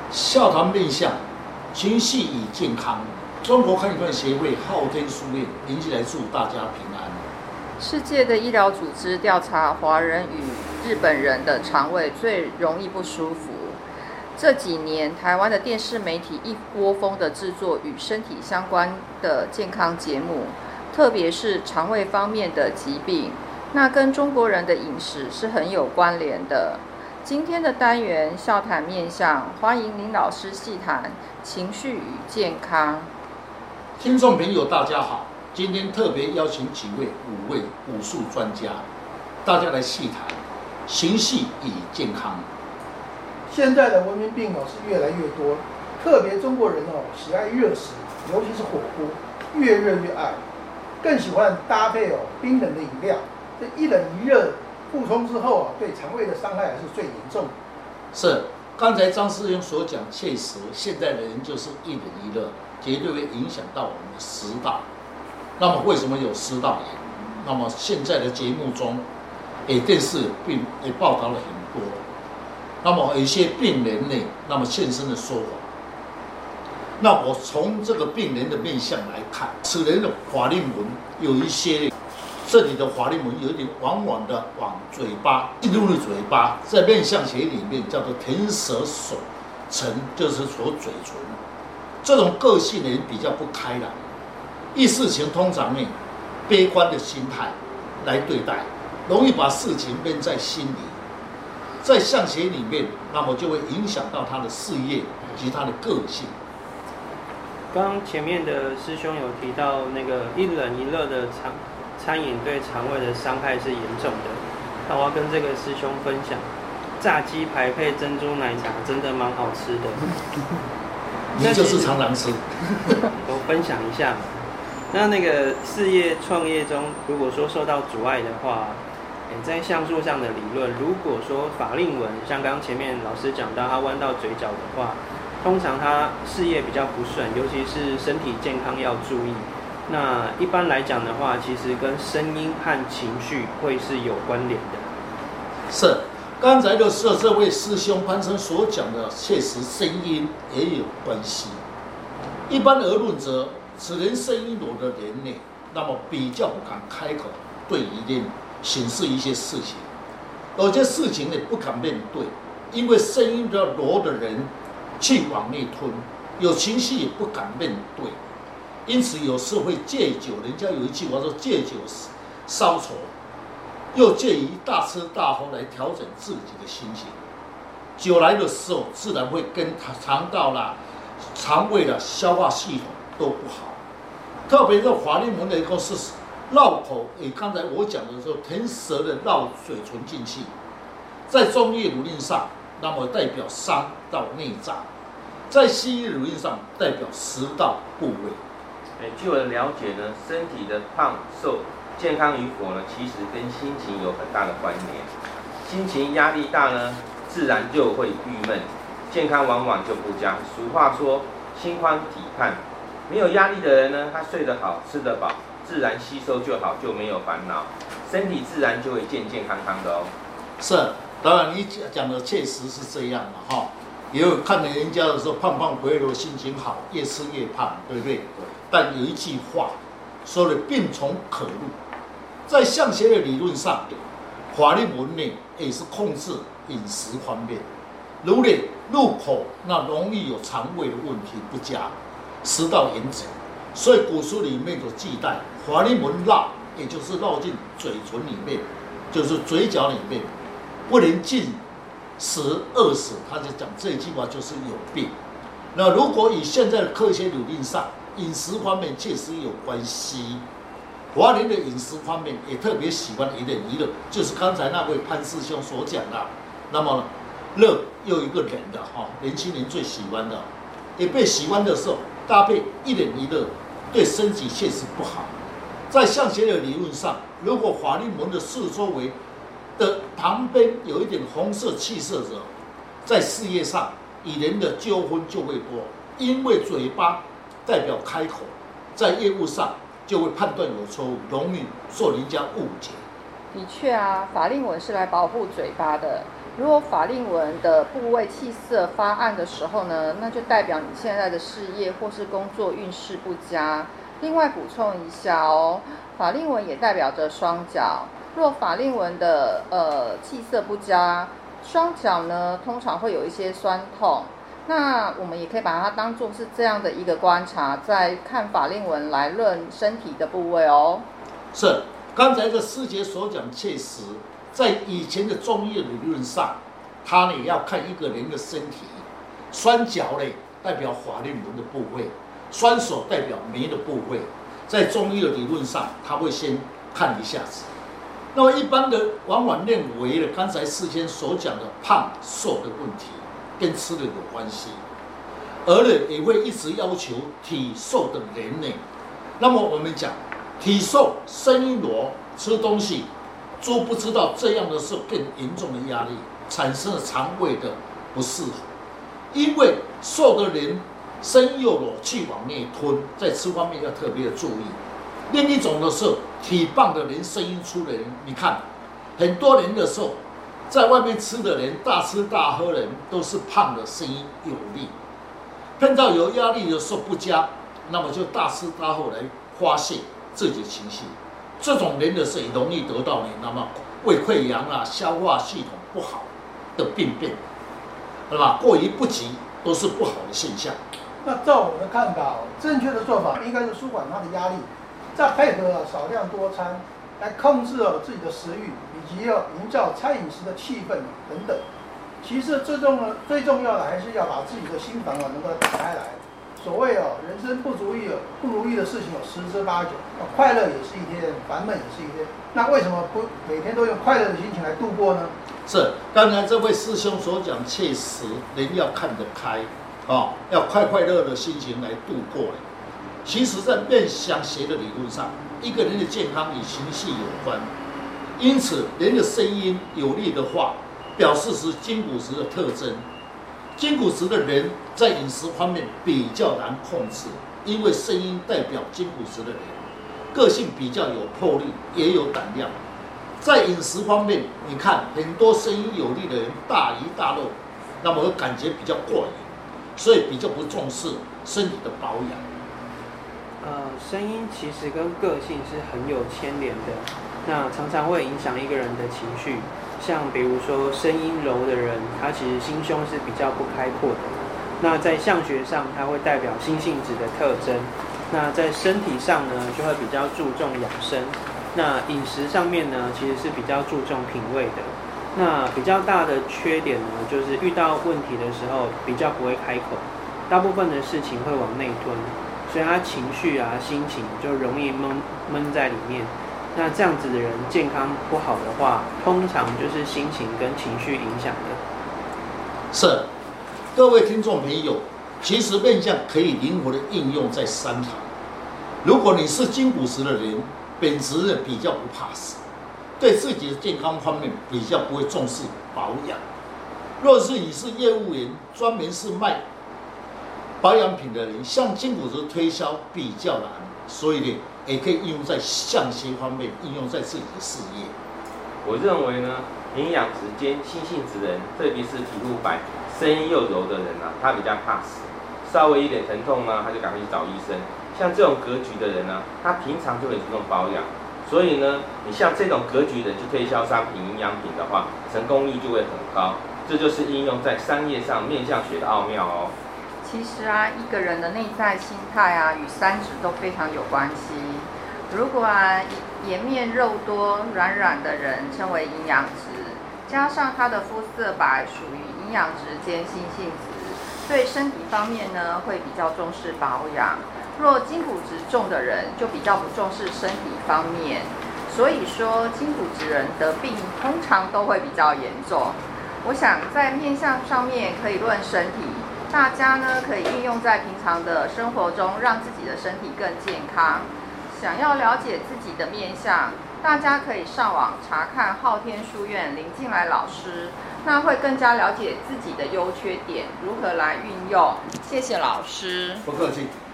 笑谈面相，情绪与健康。中国看一段协会昊天书院临起来祝大家平安。 世界的医疗组织调查华人与日本人的肠胃最容易不舒服。这几年，台湾的电视媒体一窝蜂的制作与身体相关的健康节目，特别是肠胃方面的疾病，那跟中国人的饮食是很有关联的。今天的单元笑谈面相，欢迎林老师细谈情绪与健康。 听众朋友大家好，今天特别邀请五位武术专家，大家来细谈情绪与健康。 现在的文明病是越来越多，特别中国人喜爱热食，尤其是火锅，越热越爱，更喜欢搭配冰冷的饮料。这一冷一热互冲之后对肠胃的伤害是最严重的。是， 刚才张师兄所讲，确实现在的人就是一冷一热，绝对会影响到我们的食道。那么为什么有食道炎？那么现在的节目中，电视并也报道了很多。那么有一些病人呢，那么现身的说法。那我从这个病人的面相来看，此人的法令纹有一些。这里的法令纹有一点往往的往嘴巴进入了嘴巴，在面相学里面叫做甜舌手唇，就是说嘴唇。这种个性的人比较不开朗，遇事情通常呢悲观的心态来对待，容易把事情闷在心里。在相学里面，那么就会影响到他的事业及他的个性。 刚前面的师兄有提到那个一冷一热的餐饮对肠胃的伤害是严重的，那我要跟这个师兄分享，炸鸡排配珍珠奶茶真的蛮好吃的。 你就是常常吃。 我分享一下嘛。那个事业创业中，如果说受到阻碍的话，在相术上的理论，如果说法令纹，像刚刚前面老师讲到，他弯到嘴角的话，通常他事业比较不顺，尤其是身体健康要注意。那一般来讲的话，其实跟声音和情绪会是有关联的。是， 刚才的这位师兄潘生所讲的，确实声音也有关系。一般而论则，此人声音弱的人呢，那么比较不敢开口对一人显示一些事情，有些事情呢不敢面对，因为声音比较弱的人气往内吞，有情绪也不敢面对。因此有时候会借酒，人家有一句话说借酒消愁，又借于大吃大喝来调整自己的心情。酒来的时候，自然会跟肠道啦、肠胃啦、消化系统都不好。特别是法令纹的一个是绕口，刚才我讲的时候，甜舌的绕嘴唇进去，在中医理论上，那么代表伤到内脏；在西医理论上，代表食道部位。 据我的了解呢，身体的胖瘦、健康与否呢，其实跟心情有很大的关联。心情压力大呢，自然就会郁闷，健康往往就不佳。俗话说，心宽体胖。没有压力的人呢，他睡得好，吃得饱，自然吸收就好，就没有烦恼，身体自然就会健健康康的哦。 是，当然你讲的确实是这样的哈。也有看见人家的时候胖胖回头心情好，越吃越胖，对不对？但有一句话说的病从可入，在相学的理论上，法令纹呢也是控制饮食方面，如呢入口那容易有肠胃的问题不佳，食道炎症，所以古书里面所记载，法令纹绕，也就是绕进嘴唇里面，就是嘴角里面，不能进食饿死，他就讲这句话就是有病。那如果以现在的科学理论上，饮食方面确实有关系。华人的饮食方面也特别喜欢一冷一热，就是刚才那位潘师兄所讲的。那么热又一个冷的年轻人最喜欢的，也被喜欢的时候搭配一冷一热，对身体确实不好。在相学的理论上，如果法令纹的四周围的旁边有一点红色气色者，在事业上与人的纠纷就会多，因为嘴巴代表开口，在业务上就会判断有错误，容易受人家误解。 的确啊，法令纹是来保护嘴巴的。 如果法令纹的部位气色发暗的时候呢，那就代表你现在的事业或是工作运势不佳。另外补充一下哦，法令纹也代表着双脚。若法令纹的气色不佳，双脚呢通常会有一些酸痛。那我们也可以把它当作是这样的一个观察，在看法令纹来论身体的部位哦。 是，刚才的师姐所讲确实，在以前的中医理论上，它呢要看一个人的身体，双脚呢代表法令纹的部位，双手代表眉的部位。在中医的理论上，他会先看一下子。那么一般的往往认为呢，刚才事先所讲的胖瘦的问题，跟吃的有关系，而呢也会一直要求体瘦的人呢。那么我们讲体瘦声音弱，吃东西都不知道，这样的是更严重的压力，产生了肠胃的不适合。因为瘦的人声音又弱，气往内吞，在吃方面要特别的注意。另一种的是体胖的人，声音粗的人，你看很多人的时候，在外面吃的人，大吃大喝的人都是胖的，声音有力。碰到有压力的时候不佳，那么就大吃大喝来发泄自己的情绪。这种人的是也容易得到那么胃溃疡啊、消化系统不好的病变，对吧？过于不及都是不好的现象。 那照我的看法，正确的做法应该是舒缓他的压力，再配合少量多餐来控制自己的食欲，以及营造餐饮时的气氛等等。其实最重要的还是要把自己的心房能够打开来。所谓人生不如意的事情有10之8九，快乐也是一天，烦闷也是一天。那为什么不每天都用快乐的心情来度过呢？ 是，刚才这位师兄所讲，确实人要看得开要快乐的心情来度过。其实，在面相学的理论上，一个人的健康与情绪有关，因此人的声音有力的话，表示是筋骨质的特征。筋骨质的人在饮食方面比较难控制，因为声音代表筋骨质的人，个性比较有魄力，也有胆量。在饮食方面，你看很多声音有力的人大鱼大肉，那么感觉比较过瘾，所以比较不重视身体的保养。 声音其实跟个性是很有牵连的，那常常会影响一个人的情绪。像比如说声音柔的人，他其实心胸是比较不开阔的。那在相学上，它会代表心性质的特征。那在身体上呢，就会比较注重养生。那饮食上面呢，其实是比较注重品味的。那比较大的缺点呢，就是遇到问题的时候比较不会开口，大部分的事情会往内吞，所以他情绪啊、心情就容易闷在里面。那这样子的人健康不好的话，通常就是心情跟情绪影响的。 是，各位听众朋友，其实面相可以灵活的应用在3行。如果你是筋骨质的人，本质比较不怕死，对自己的健康方面比较不会重视保养。若是你是业务员，专门是卖保养品的人，像筋骨质推销比较难，所以呢，也可以应用在相学方面，应用在自己的事业。 我认为呢，营养质兼心性质人，特别是皮肤白、声音又柔的人他比较怕死，稍微一点疼痛呢，他就赶快去找医生。像这种格局的人呢，他平常就很注重保养，所以呢，你像这种格局的人去推销商品、营养品的话，成功率就会很高。这就是应用在商业上面相学的奥妙哦。 其实一个人的内在心态与3质都非常有关系。如果颜面肉多、软软的人称为营养质，加上他的肤色白，属于营养质兼心性质，对身体方面呢会比较重视保养。若筋骨质重的人就比较不重视身体方面，所以说筋骨质人得病通常都会比较严重。我想在面相上面可以论身体，大家呢可以运用在平常的生活中，让自己的身体更健康。想要了解自己的面相，大家可以上网查看昊天书院林进来老师，那会更加了解自己的优缺点，如何来运用。谢谢老师。 不客气。